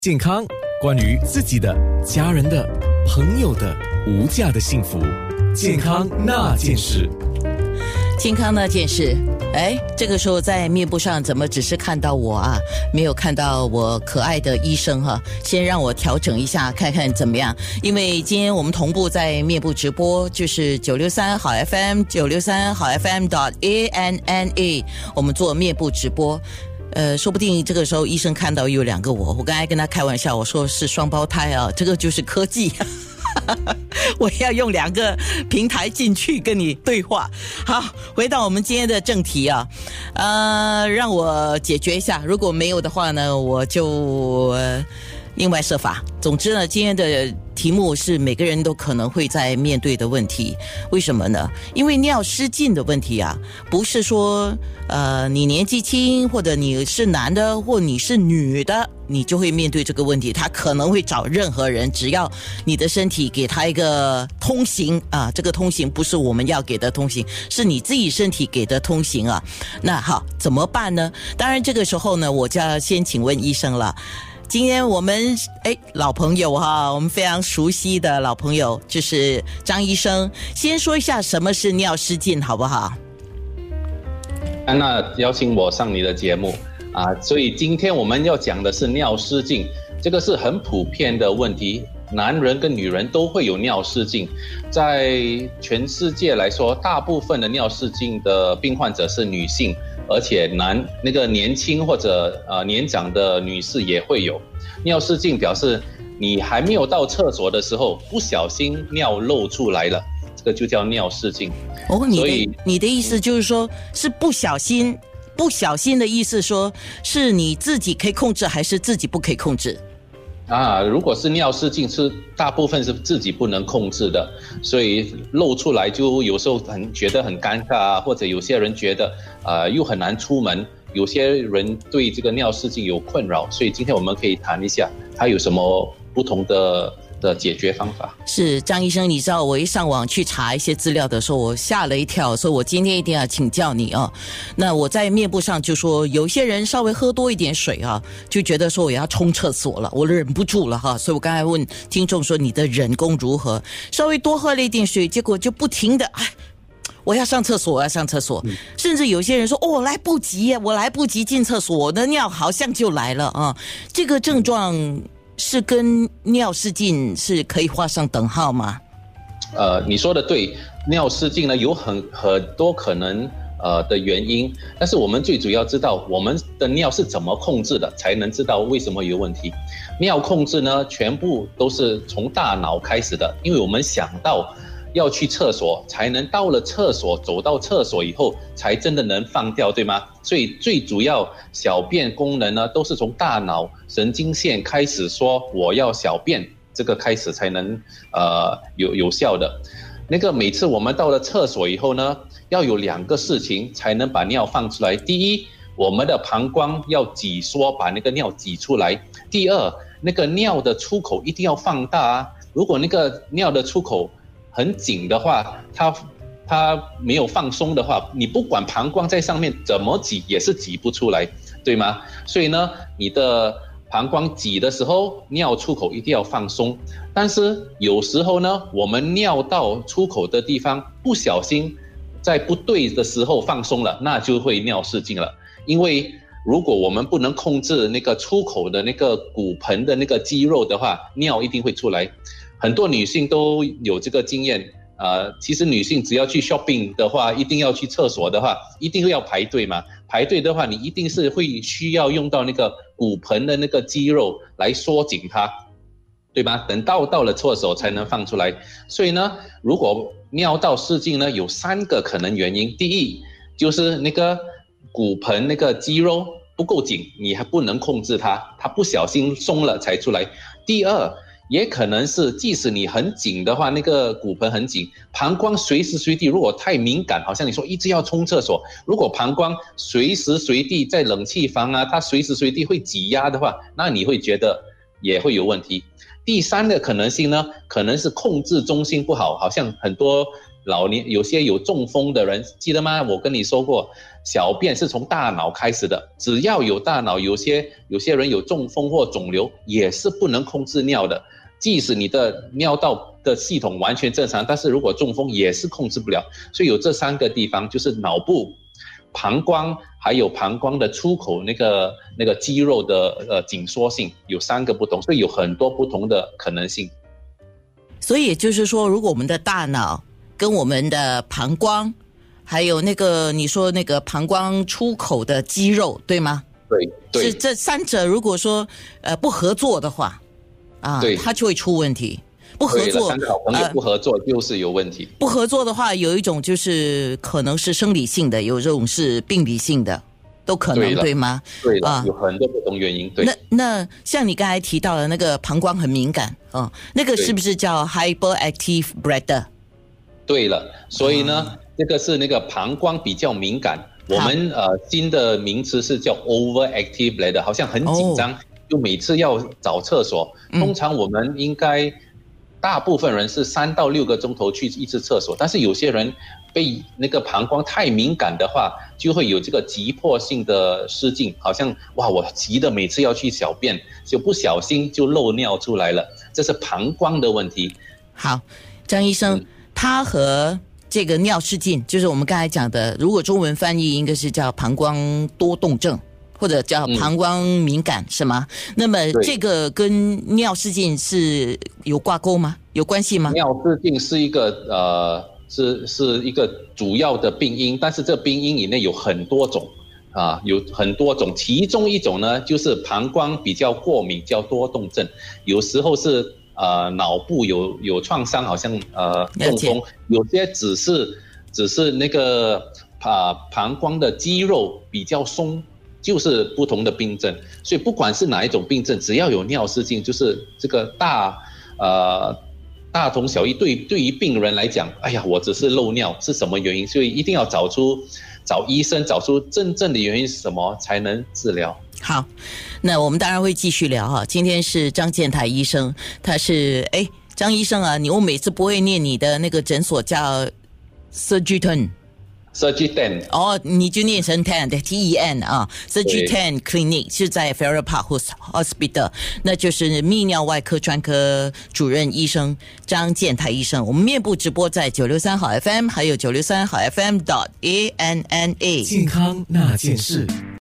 健康，关于自己的、家人的、朋友的无价的幸福，健康那件事。 健康那件事，这个时候在面部上怎么只是看到我啊，没有看到我可爱的医生哈？先让我调整一下，看看怎么样。因为今天我们同步在面部直播，就是963好 FM、963好 FM.ANNA， 我们做面部直播。说不定这个时候医生看到有两个我刚才跟他开玩笑，我说是双胞胎啊，这个就是科技。我要用两个平台进去跟你对话。好，回到我们今天的正题啊，让我解决一下，如果没有的话呢，我就另外设法。总之呢，今天的题目是每个人都可能会在面对的问题。为什么呢？因为尿失禁的问题啊，不是说你年纪轻，或者你是男的或你是女的，你就会面对这个问题。他可能会找任何人，只要你的身体给他一个通行啊，这个通行不是我们要给的通行，是你自己身体给的通行啊。那好，怎么办呢？当然这个时候呢，我就要先请问医生了。今天我们老朋友哈，我们非常熟悉的老朋友就是张医生，先说一下什么是尿失禁好不好？ 安娜邀请我上你的节目啊，所以今天我们要讲的是尿失禁，这个是很普遍的问题，男人跟女人都会有尿失禁。在全世界来说，大部分的尿失禁的病患者是女性，而且那个年轻或者年长的女士也会有尿失禁，表示你还没有到厕所的时候不小心尿漏出来了，这个就叫尿失禁。 哦，你的意思就是说是不小心的意思，说是你自己可以控制还是自己不可以控制？ 如果是尿失禁，是大部分是自己不能控制的，所以漏出来就有时候觉得很尴尬啊，或者有些人觉得又很难出门，有些人对这个尿失禁有困扰，所以今天我们可以谈一下它有什么不同的解决方法。 是张医生，你知道我一上网去查一些资料的时候，我吓了一跳，所以我今天一定要请教你啊。那我在面部上就说，有些人稍微喝多一点水啊，就觉得说我要冲厕所了，我忍不住了哈。所以我刚才问听众说你的忍功如何？稍微多喝了一点水，结果就不停的我要上厕所，甚至有些人说我来不及进厕所，我的尿好像就来了啊。这个症状是跟尿失禁是可以画上等号吗？ 你说的对，尿失禁呢有很多可能的原因，但是我们最主要知道我们的尿是怎么控制的，才能知道为什么有问题。尿控制呢全部都是从大脑开始的，因为我们想到要去厕所，才能到了厕所，走到厕所以后才真的能放掉，对吗？所以最主要小便功能呢都是从大脑神经线开始说我要小便，这个开始才能有效的。那个每次我们到了厕所以后呢，要有两个事情才能把尿放出来。第一，我们的膀胱要挤缩把那个尿挤出来。第二，那个尿的出口一定要放大啊。如果那个尿的出口很紧的话，它没有放松的话，你不管膀胱在上面怎么挤也是挤不出来，对吗？所以呢，你的膀胱挤的时候，尿出口一定要放松。但是有时候呢，我们尿到出口的地方不小心在不对的时候放松了，那就会尿失禁了。因为如果我们不能控制那个出口的那个骨盆的那个肌肉的话，尿一定会出来。很多女性都有这个经验，其实女性只要去 shopping 的话，一定要去厕所的话，一定会要排队嘛。排队的话，你一定是会需要用到那个骨盆的那个肌肉来缩紧它，对吧？等到了厕所才能放出来。所以呢，如果尿道失禁呢，有3个可能原因。第一，就是那个骨盆那个肌肉不够紧，你还不能控制它，它不小心松了才出来。第二，也可能是即使你很紧的话，那个骨盆很紧，膀胱随时随地如果太敏感，好像你说一直要冲厕所，如果膀胱随时随地在冷气房啊，它随时随地会挤压的话，那你会觉得也会有问题。第3个可能性呢，可能是控制中心不好，好像很多老年有些有中风的人，记得吗？我跟你说过，小便是从大脑开始的，只要有大脑，有些人有中风或肿瘤，也是不能控制尿的。即使你的尿道的系统完全正常，但是如果中风也是控制不了。所以有这3个地方，就是脑部、膀胱，还有膀胱的出口那个肌肉的紧缩性有3个不同，所以有很多不同的可能性。 所以也就是说，如果我们的大脑跟我们的膀胱，还有那个你说那个膀胱出口的肌肉，对吗？ 对， 是这3者如果说不合作的话，它就会出问题。不合作，3 个好朋友不合作就是有问题。 不合作的话，有一种就是可能是生理性的，有这种是病理性的，都可能，对吗？ 对的，有很多不同原因。对， 那像你刚才提到的那个膀胱很敏感，那个是不是叫 hyperactive bladder？ 对了，所以呢，这个是那个膀胱比较敏感。我们新的名词是叫 overactive bladder， 好像很紧张。就每次要找厕所，通常我们应该大部分人是3到6个钟头去一次厕所，但是有些人被那个膀胱太敏感的话，就会有这个急迫性的失禁，好像我急的每次要去小便，就不小心就漏尿出来了，这是膀胱的问题。 好，张医生，他和这个尿失禁，就是我们刚才讲的，如果中文翻译应该是叫膀胱多动症，或者叫膀胱敏感，是吗？那么这个跟尿失禁是有挂钩吗？有关系吗？ 尿失禁是一个是一个主要的病因，但是这病因里面有很多种有很多种，其中一种呢就是膀胱比较过敏叫多动症，有时候是脑部有创伤，好像中风，有些只是那个膀胱的肌肉比较松，就是不同的病症。所以不管是哪一种病症，只要有尿失禁，就是这个大同小异。对于病人来讲，哎呀，我只是漏尿，是什么原因？所以一定要找医生，找出真正的原因是什么，才能治疗。 好，那我们当然会继续聊哈。今天是张建台医生，他是张医生啊，我每次不会念你的那个诊所叫 Surgiton。你就念成 TEN 的 TEN 啊 Surgiton Clinic 是在 Farrer Park Hospital， 那就是泌尿外科专科主任医生张建台医生。我们面部直播在963好 FM， 还有963好 FM.ANNA 健康那件事。